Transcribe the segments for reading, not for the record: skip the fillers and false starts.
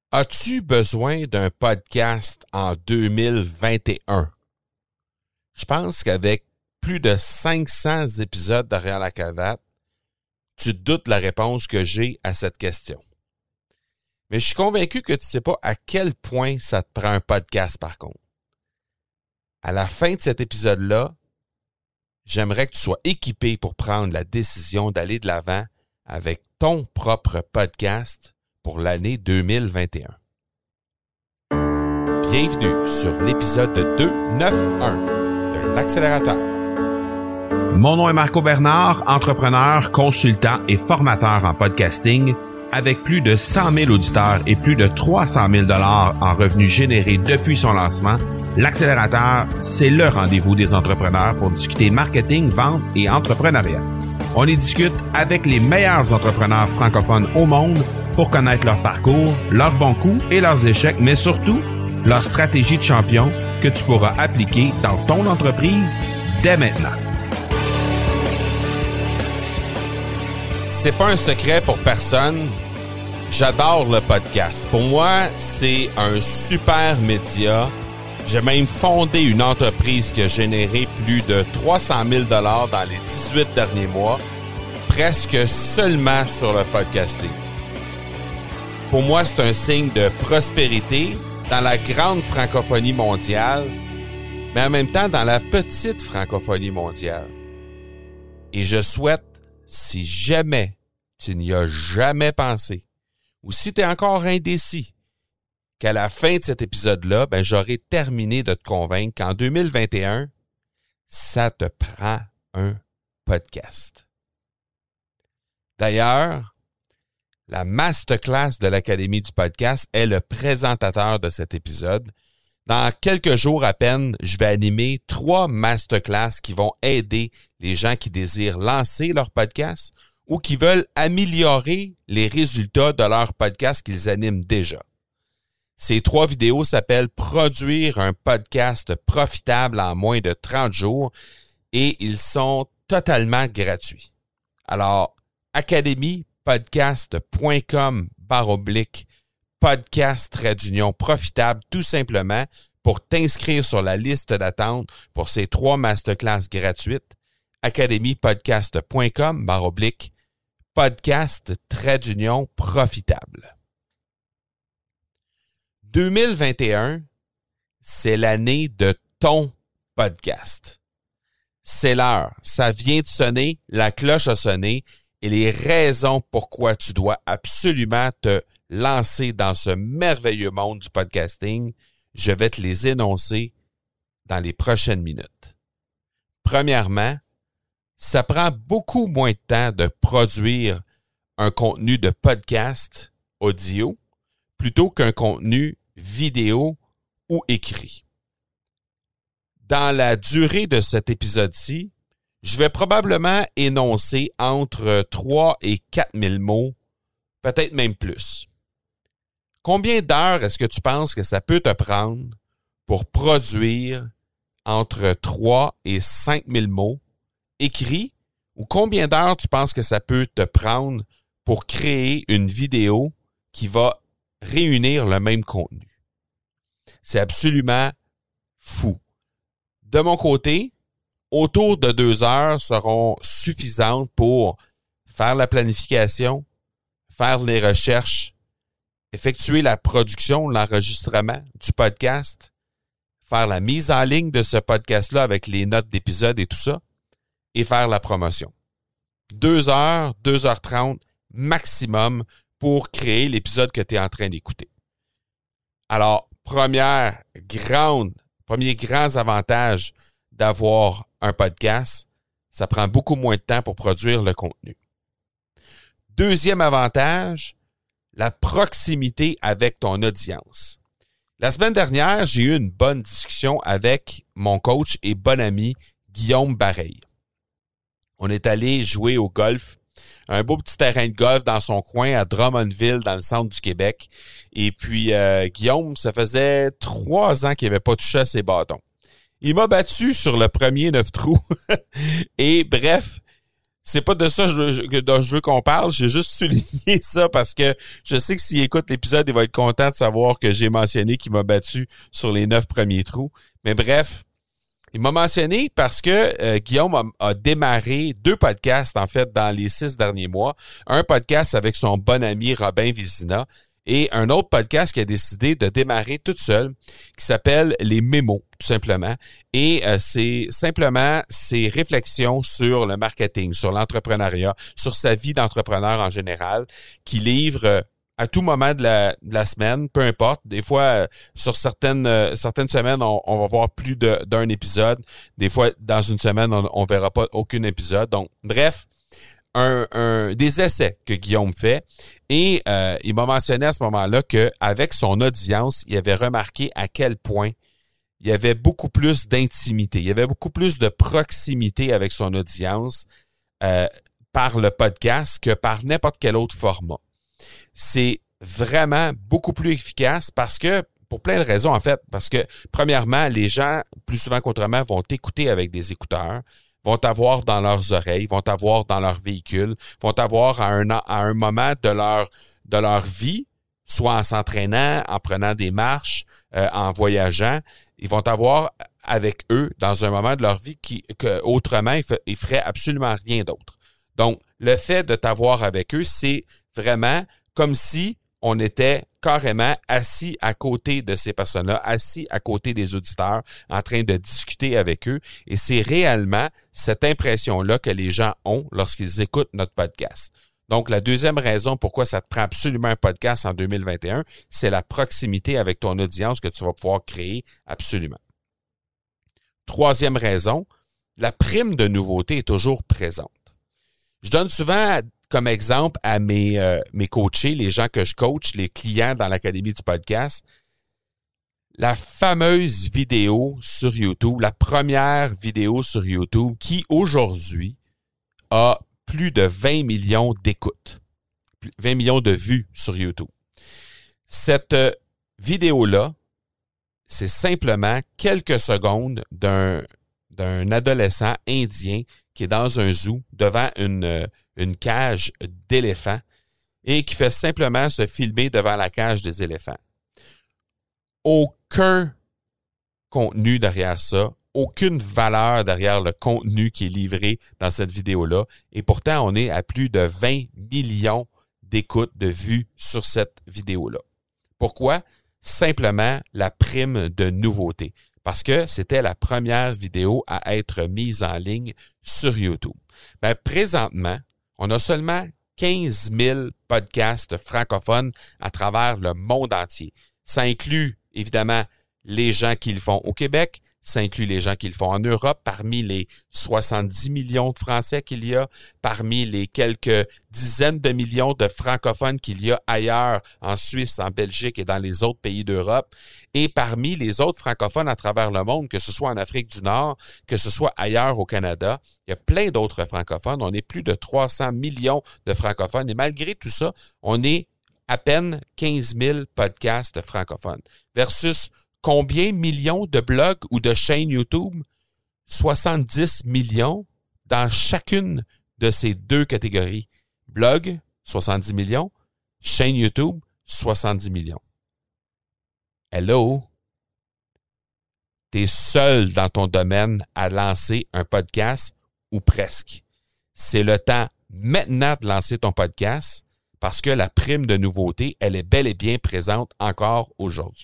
As-tu besoin d'un podcast en 2021? Je pense qu'avec plus de 500 épisodes derrière la cravate, tu te doutes la réponse que j'ai à cette question. Mais je suis convaincu que tu ne sais pas à quel point ça te prend un podcast par contre. À la fin de cet épisode-là, j'aimerais que tu sois équipé pour prendre la décision d'aller de l'avant avec ton propre podcast pour l'année 2021. Bienvenue sur l'épisode 291 de l'Accélérateur. Mon nom est Marco Bernard, entrepreneur, consultant et formateur en podcasting. Avec plus de 100 000 auditeurs et plus de 300 000 $ en revenus générés depuis son lancement, l'Accélérateur, c'est le rendez-vous des entrepreneurs pour discuter marketing, vente et entrepreneuriat. On y discute avec les meilleurs entrepreneurs francophones au monde pour connaître leur parcours, leurs bons coups et leurs échecs, mais surtout leur stratégie de champion que tu pourras appliquer dans ton entreprise dès maintenant. C'est pas un secret pour personne. J'adore le podcast. Pour moi, c'est un super média. J'ai même fondé une entreprise qui a généré plus de 300 000 $ dans les 18 derniers mois, presque seulement sur le podcasting. Pour moi, c'est un signe de prospérité dans la grande francophonie mondiale, mais en même temps dans la petite francophonie mondiale. Et je souhaite, si jamais tu n'y as jamais pensé, ou si tu es encore indécis, qu'à la fin de cet épisode-là, j'aurai terminé de te convaincre qu'en 2021, ça te prend un podcast. D'ailleurs, la masterclass de l'Académie du podcast est le présentateur de cet épisode. Dans quelques jours à peine, je vais animer 3 masterclass qui vont aider les gens qui désirent lancer leur podcast ou qui veulent améliorer les résultats de leur podcast qu'ils animent déjà. Ces 3 vidéos s'appellent « Produire un podcast profitable en moins de 30 jours » et ils sont totalement gratuits. Alors, academypodcast.com/podcast profitable tout simplement pour t'inscrire sur la liste d'attente pour ces 3 masterclass gratuites. academypodcast.com/podcast profitable. 2021, c'est l'année de ton podcast. C'est l'heure. Ça vient de sonner, la cloche a sonné et les raisons pourquoi tu dois absolument te lancer dans ce merveilleux monde du podcasting, je vais te les énoncer dans les prochaines minutes. Premièrement, ça prend beaucoup moins de temps de produire un contenu de podcast audio plutôt qu'un contenu vidéo ou écrit. Dans la durée de cet épisode-ci, je vais probablement énoncer entre 3 et 4 000 mots, peut-être même plus. Combien d'heures est-ce que tu penses que ça peut te prendre pour produire entre 3 et 5 000 mots écrits ou combien d'heures tu penses que ça peut te prendre pour créer une vidéo qui va réunir le même contenu? C'est absolument fou. De mon côté, autour de 2 heures seront suffisantes pour faire la planification, faire les recherches, effectuer la production, l'enregistrement du podcast, faire la mise en ligne de ce podcast-là avec les notes d'épisode et tout ça, et faire la promotion. 2 heures, 2h30 maximum pour créer l'épisode que tu es en train d'écouter. Alors, premier grand avantage d'avoir un podcast, ça prend beaucoup moins de temps pour produire le contenu. Deuxième avantage, la proximité avec ton audience. La semaine dernière, j'ai eu une bonne discussion avec mon coach et bon ami Guillaume Bareil. On est allé jouer au golf, un beau petit terrain de golf dans son coin à Drummondville, dans le centre du Québec. Et puis, Guillaume, ça faisait 3 ans qu'il n'avait pas touché à ses bâtons. Il m'a battu sur le premier 9 trous. Et bref, c'est pas de ça dont je veux qu'on parle. J'ai juste souligné ça parce que je sais que s'il écoute l'épisode, il va être content de savoir que j'ai mentionné qu'il m'a battu sur les 9 premiers trous. Mais bref, il m'a mentionné parce que Guillaume a démarré 2 podcasts, en fait, dans les 6 derniers mois. Un podcast avec son bon ami Robin Vizina et un autre podcast qu'il a décidé de démarrer toute seule qui s'appelle Les Mémos, tout simplement. Et c'est simplement ses réflexions sur le marketing, sur l'entrepreneuriat, sur sa vie d'entrepreneur en général, qui livre à tout moment de la semaine, peu importe. Des fois, sur certaines semaines, on va voir plus d'un épisode. Des fois, dans une semaine, on verra pas aucun épisode. Donc, bref, des essais que Guillaume fait. Et il m'a mentionné à ce moment-là qu'avec son audience, il avait remarqué à quel point il y avait beaucoup plus d'intimité. Il y avait beaucoup plus de proximité avec son audience par le podcast que par n'importe quel autre format. C'est vraiment beaucoup plus efficace parce que, pour plein de raisons en fait, parce que premièrement, les gens, plus souvent qu'autrement, vont t'écouter avec des écouteurs, vont t'avoir dans leurs oreilles, vont t'avoir dans leur véhicule, vont t'avoir à un moment de leur vie, soit en s'entraînant, en prenant des marches, en voyageant, ils vont t'avoir avec eux dans un moment de leur vie que autrement, ils feraient absolument rien d'autre. Donc, le fait de t'avoir avec eux, c'est vraiment comme si on était carrément assis à côté de ces personnes-là, assis à côté des auditeurs, en train de discuter avec eux. Et c'est réellement cette impression-là que les gens ont lorsqu'ils écoutent notre podcast. Donc, la deuxième raison pourquoi ça te prend absolument un podcast en 2021, c'est la proximité avec ton audience que tu vas pouvoir créer absolument. Troisième raison, la prime de nouveauté est toujours présente. Je donne souvent comme exemple à mes coachés, les gens que je coach, les clients dans l'Académie du podcast, la fameuse vidéo sur YouTube, la première vidéo sur YouTube qui aujourd'hui a plus de 20 millions d'écoutes, 20 millions de vues sur YouTube. Cette vidéo-là, c'est simplement quelques secondes d'un adolescent indien qui est dans un zoo devant une cage d'éléphants et qui fait simplement se filmer devant la cage des éléphants. Aucun contenu derrière ça, aucune valeur derrière le contenu qui est livré dans cette vidéo-là. Et pourtant, on est à plus de 20 millions d'écoutes, de vues sur cette vidéo-là. Pourquoi? Simplement la prime de nouveauté. Parce que c'était la première vidéo à être mise en ligne sur YouTube. Ben, présentement, on a seulement 15 000 podcasts francophones à travers le monde entier. Ça inclut, évidemment, les gens qui le font au Québec, ça inclut les gens qui le font en Europe, parmi les 70 millions de Français qu'il y a, parmi les quelques dizaines de millions de francophones qu'il y a ailleurs, en Suisse, en Belgique et dans les autres pays d'Europe, et parmi les autres francophones à travers le monde, que ce soit en Afrique du Nord, que ce soit ailleurs au Canada. Il y a plein d'autres francophones. On est plus de 300 millions de francophones, et malgré tout ça, on est à peine 15 000 podcasts francophones, versus combien millions de blogs ou de chaînes YouTube? 70 millions dans chacune de ces deux catégories. Blog, 70 millions. Chaîne YouTube, 70 millions. Hello? T'es seul dans ton domaine à lancer un podcast ou presque. C'est le temps maintenant de lancer ton podcast parce que la prime de nouveauté, elle est bel et bien présente encore aujourd'hui.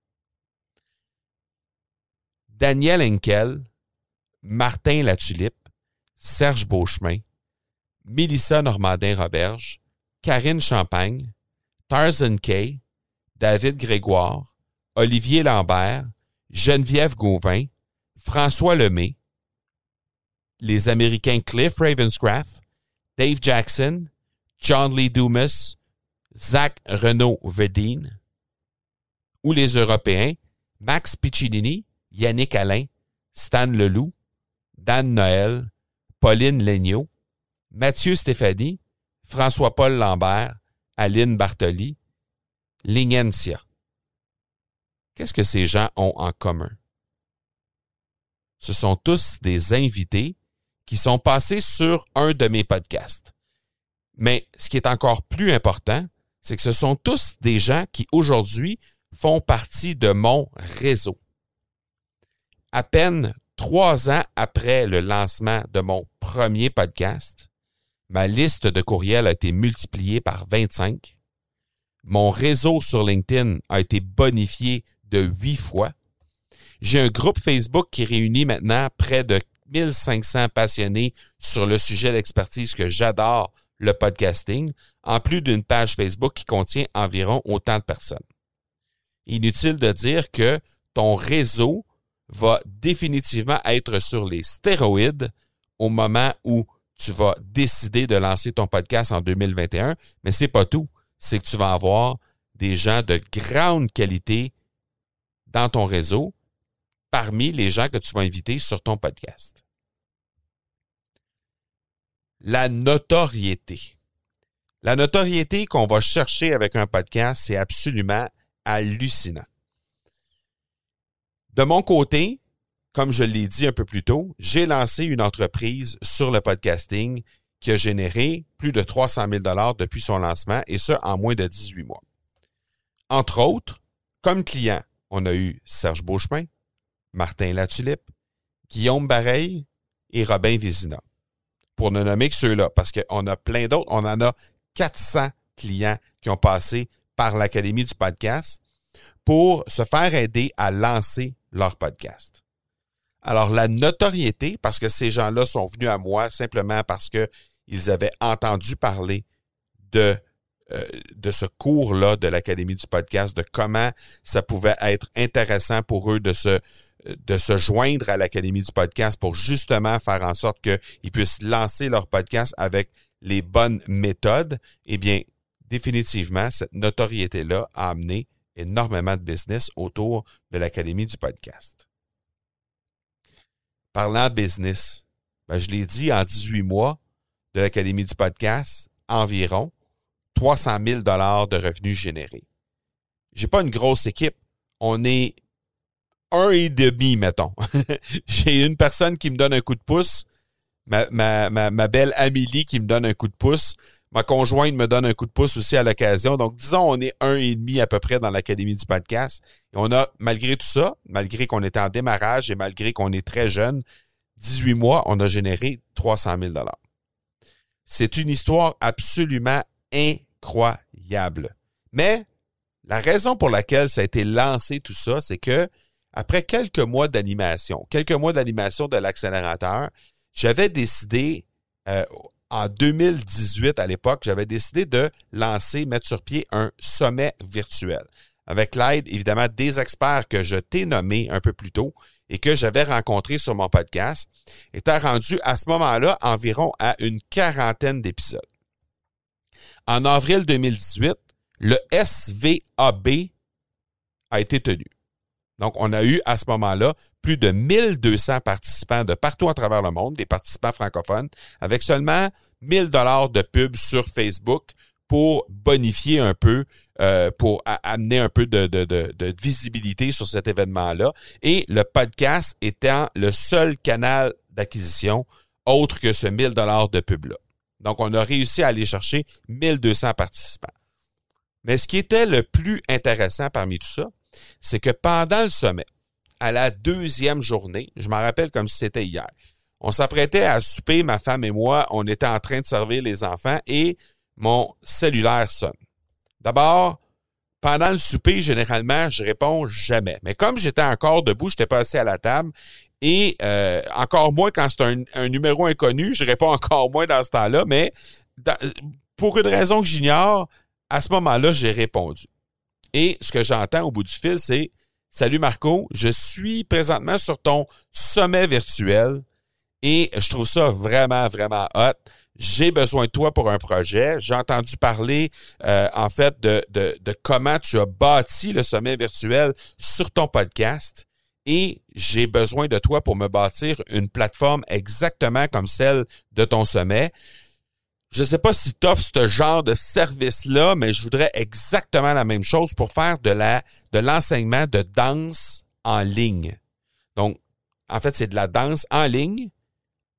Daniel Henkel, Martin Latulippe, Serge Beauchemin, Mélissa Normandin-Roberge, Karine Champagne, Tarzan Kay, David Grégoire, Olivier Lambert, Geneviève Gauvin, François Lemay, les Américains Cliff Ravenscraft, Dave Jackson, John Lee Dumas, Zach Renaud-Vedin, ou les Européens Max Piccinini, Yannick Alain, Stan Leloup, Dan Noël, Pauline Legnaud, Mathieu Stéphanie, François-Paul Lambert, Aline Bartoli, Lignencia. Qu'est-ce que ces gens ont en commun? Ce sont tous des invités qui sont passés sur un de mes podcasts. Mais ce qui est encore plus important, c'est que ce sont tous des gens qui aujourd'hui font partie de mon réseau. À peine 3 ans après le lancement de mon premier podcast, ma liste de courriels a été multipliée par 25. Mon réseau sur LinkedIn a été bonifié de 8 fois. J'ai un groupe Facebook qui réunit maintenant près de 1500 passionnés sur le sujet d'expertise que j'adore, le podcasting, en plus d'une page Facebook qui contient environ autant de personnes. Inutile de dire que ton réseau va définitivement être sur les stéroïdes au moment où tu vas décider de lancer ton podcast en 2021, mais c'est pas tout. C'est que tu vas avoir des gens de grande qualité dans ton réseau parmi les gens que tu vas inviter sur ton podcast. La notoriété. La notoriété qu'on va chercher avec un podcast, c'est absolument hallucinant. De mon côté, comme je l'ai dit un peu plus tôt, j'ai lancé une entreprise sur le podcasting qui a généré plus de 300 000 $ depuis son lancement, et ce, en moins de 18 mois. Entre autres, comme clients, on a eu Serge Beauchemin, Martin Latulippe, Guillaume Bareil et Robin Vézina. Pour ne nommer que ceux-là, parce qu'on a plein d'autres, on en a 400 clients qui ont passé par l'Académie du podcast pour se faire aider à lancer leur podcast. Alors, la notoriété, parce que ces gens-là sont venus à moi simplement parce qu'ils avaient entendu parler de ce cours-là de l'Académie du podcast, de comment ça pouvait être intéressant pour eux de se joindre à l'Académie du podcast pour justement faire en sorte qu'ils puissent lancer leur podcast avec les bonnes méthodes. Eh bien, définitivement, cette notoriété-là a amené énormément de business autour de l'Académie du podcast. Parlant de business, je l'ai dit, en 18 mois de l'Académie du podcast, environ 300 000 $ de revenus générés. J'ai pas une grosse équipe. On est 1,5, mettons. J'ai une personne qui me donne un coup de pouce, ma belle Amélie qui me donne un coup de pouce. Ma conjointe me donne un coup de pouce aussi à l'occasion. Donc, disons, on est 1,5 à peu près dans l'Académie du podcast. Et on a, malgré tout ça, malgré qu'on était en démarrage et malgré qu'on est très jeune, 18 mois, on a généré 300 000 $. C'est une histoire absolument incroyable. Mais la raison pour laquelle ça a été lancé tout ça, c'est que après quelques mois d'animation de l'accélérateur, j'avais décidé en 2018, à l'époque, j'avais décidé de mettre sur pied un sommet virtuel. Avec l'aide, évidemment, des experts que je t'ai nommés un peu plus tôt et que j'avais rencontrés sur mon podcast, étant rendu à ce moment-là environ à une 40aine d'épisodes. En avril 2018, le SVAB a été tenu. Donc, on a eu à ce moment-là plus de 1200 participants de partout à travers le monde, des participants francophones, avec seulement 1 000 $ de pub sur Facebook pour bonifier un peu, pour amener un peu de visibilité sur cet événement-là. Et le podcast étant le seul canal d'acquisition autre que ce 1 000 $ de pub-là. Donc, on a réussi à aller chercher 1200 participants. Mais ce qui était le plus intéressant parmi tout ça, c'est que pendant le sommet, à la 2e journée, je m'en rappelle comme si c'était hier, on s'apprêtait à souper, ma femme et moi, on était en train de servir les enfants et mon cellulaire sonne. D'abord, pendant le souper, généralement, je réponds jamais. Mais comme j'étais encore debout, je n'étais pas assis à la table et encore moins quand c'est un numéro inconnu, je réponds encore moins dans ce temps-là, mais pour une raison que j'ignore, à ce moment-là, j'ai répondu. Et ce que j'entends au bout du fil, c'est « Salut Marco, je suis présentement sur ton sommet virtuel et je trouve ça vraiment, vraiment hot. J'ai besoin de toi pour un projet. J'ai entendu parler, en fait, de comment tu as bâti le sommet virtuel sur ton podcast et j'ai besoin de toi pour me bâtir une plateforme exactement comme celle de ton sommet. Je ne sais pas si tu offres ce genre de service-là, mais je voudrais exactement la même chose pour faire de l'enseignement de danse en ligne. Donc, en fait, c'est de la danse en ligne,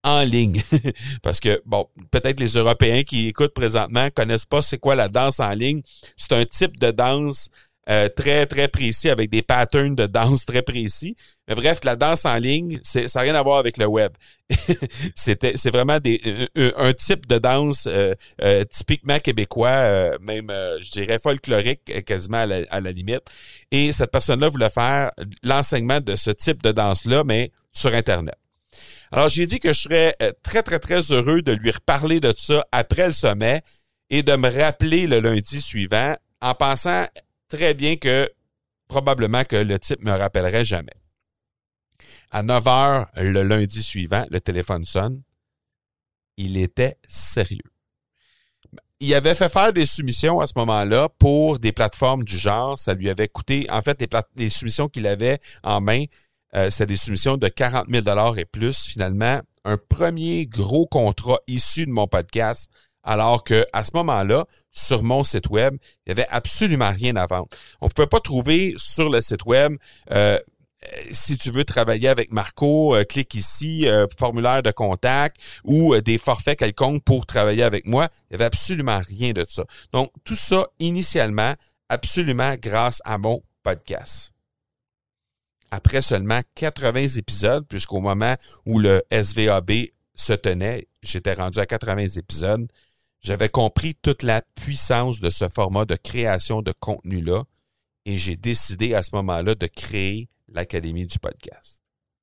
en ligne. Parce que, bon, peut-être les Européens qui écoutent présentement connaissent pas c'est quoi la danse en ligne. C'est un type de danse très, très précis, avec des patterns de danse très précis. Mais bref, la danse en ligne, ça n'a rien à voir avec le web. C'est vraiment un type de danse typiquement québécois, même, je dirais, folklorique, quasiment à la limite. Et cette personne-là voulait faire l'enseignement de ce type de danse-là, mais sur Internet. Alors, j'ai dit que je serais très, très, très heureux de lui reparler de ça après le sommet et de me rappeler le lundi suivant en pensant très bien que probablement que le type me rappellerait jamais. À 9h le lundi suivant, le téléphone sonne. Il était sérieux. Il avait fait faire des soumissions à ce moment-là pour des plateformes du genre. Ça lui avait coûté, en fait, les soumissions qu'il avait en main, c'est des soumissions de 40 000 $ et plus. Finalement, un premier gros contrat issu de mon podcast, alors que à ce moment-là, sur mon site web, il n'y avait absolument rien à vendre. On ne pouvait pas trouver sur le site web si tu veux travailler avec Marco, clique ici, formulaire de contact ou des forfaits quelconques pour travailler avec moi. Il n'y avait absolument rien de ça. Donc, tout ça, initialement, absolument grâce à mon podcast. Après seulement 80 épisodes, puisqu'au moment où le SVAB se tenait, j'étais rendu à 80 épisodes, j'avais compris toute la puissance de ce format de création de contenu-là et j'ai décidé à ce moment-là de créer l'Académie du podcast.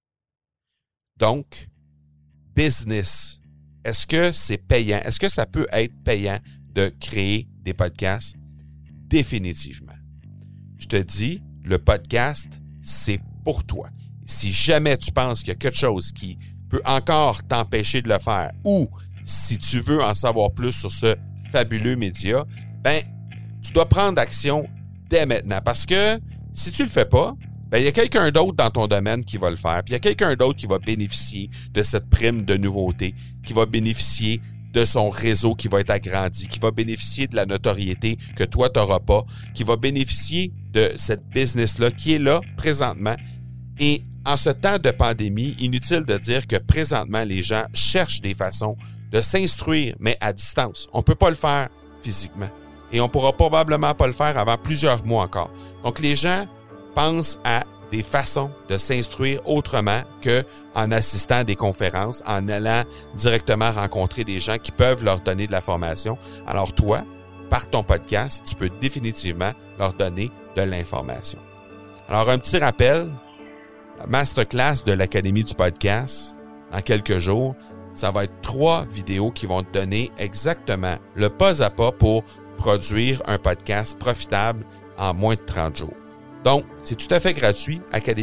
Donc, business, est-ce que c'est payant? Est-ce que ça peut être payant de créer des podcasts? Définitivement. Je te dis, le podcast, c'est pour toi. Si jamais tu penses qu'il y a quelque chose qui peut encore t'empêcher de le faire ou si tu veux en savoir plus sur ce fabuleux média, ben, tu dois prendre action dès maintenant. Parce que si tu le fais pas, ben, il y a quelqu'un d'autre dans ton domaine qui va le faire. Puis il y a quelqu'un d'autre qui va bénéficier de cette prime de nouveauté, qui va bénéficier de son réseau qui va être agrandi, qui va bénéficier de la notoriété que toi, tu n'auras pas, qui va bénéficier de cette business-là qui est là présentement. Et en ce temps de pandémie, inutile de dire que présentement, les gens cherchent des façons de s'instruire, mais à distance. On ne peut pas le faire physiquement. Et on ne pourra probablement pas le faire avant plusieurs mois encore. Donc, les gens pensent à des façons de s'instruire autrement qu'en assistant à des conférences, en allant directement rencontrer des gens qui peuvent leur donner de la formation. Alors toi, par ton podcast, tu peux définitivement leur donner de l'information. Alors, un petit rappel, la masterclass de l'Académie du podcast, dans quelques jours, ça va être 3 vidéos qui vont te donner exactement le pas à pas pour produire un podcast profitable en moins de 30 jours. Donc, c'est tout à fait gratuit,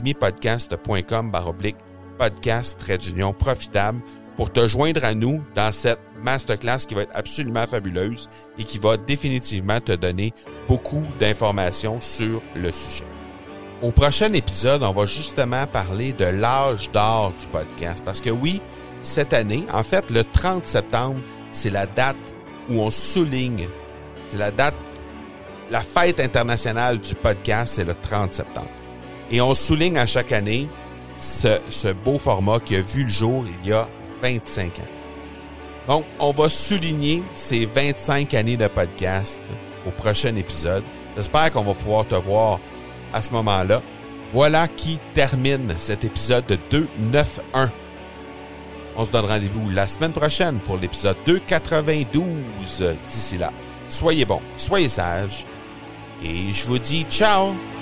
academypodcast.com/podcast-profitable pour te joindre à nous dans cette masterclass qui va être absolument fabuleuse et qui va définitivement te donner beaucoup d'informations sur le sujet. Au prochain épisode, on va justement parler de l'âge d'or du podcast parce que oui, cette année, en fait, le 30 septembre, c'est la date où on souligne, c'est la date, la fête internationale du podcast, c'est le 30 septembre. Et on souligne à chaque année ce beau format qui a vu le jour il y a 25 ans. Donc, on va souligner ces 25 années de podcast au prochain épisode. J'espère qu'on va pouvoir te voir à ce moment-là. Voilà qui termine cet épisode de 291. On se donne rendez-vous la semaine prochaine pour l'épisode 292. D'ici là, soyez bons, soyez sages et je vous dis ciao!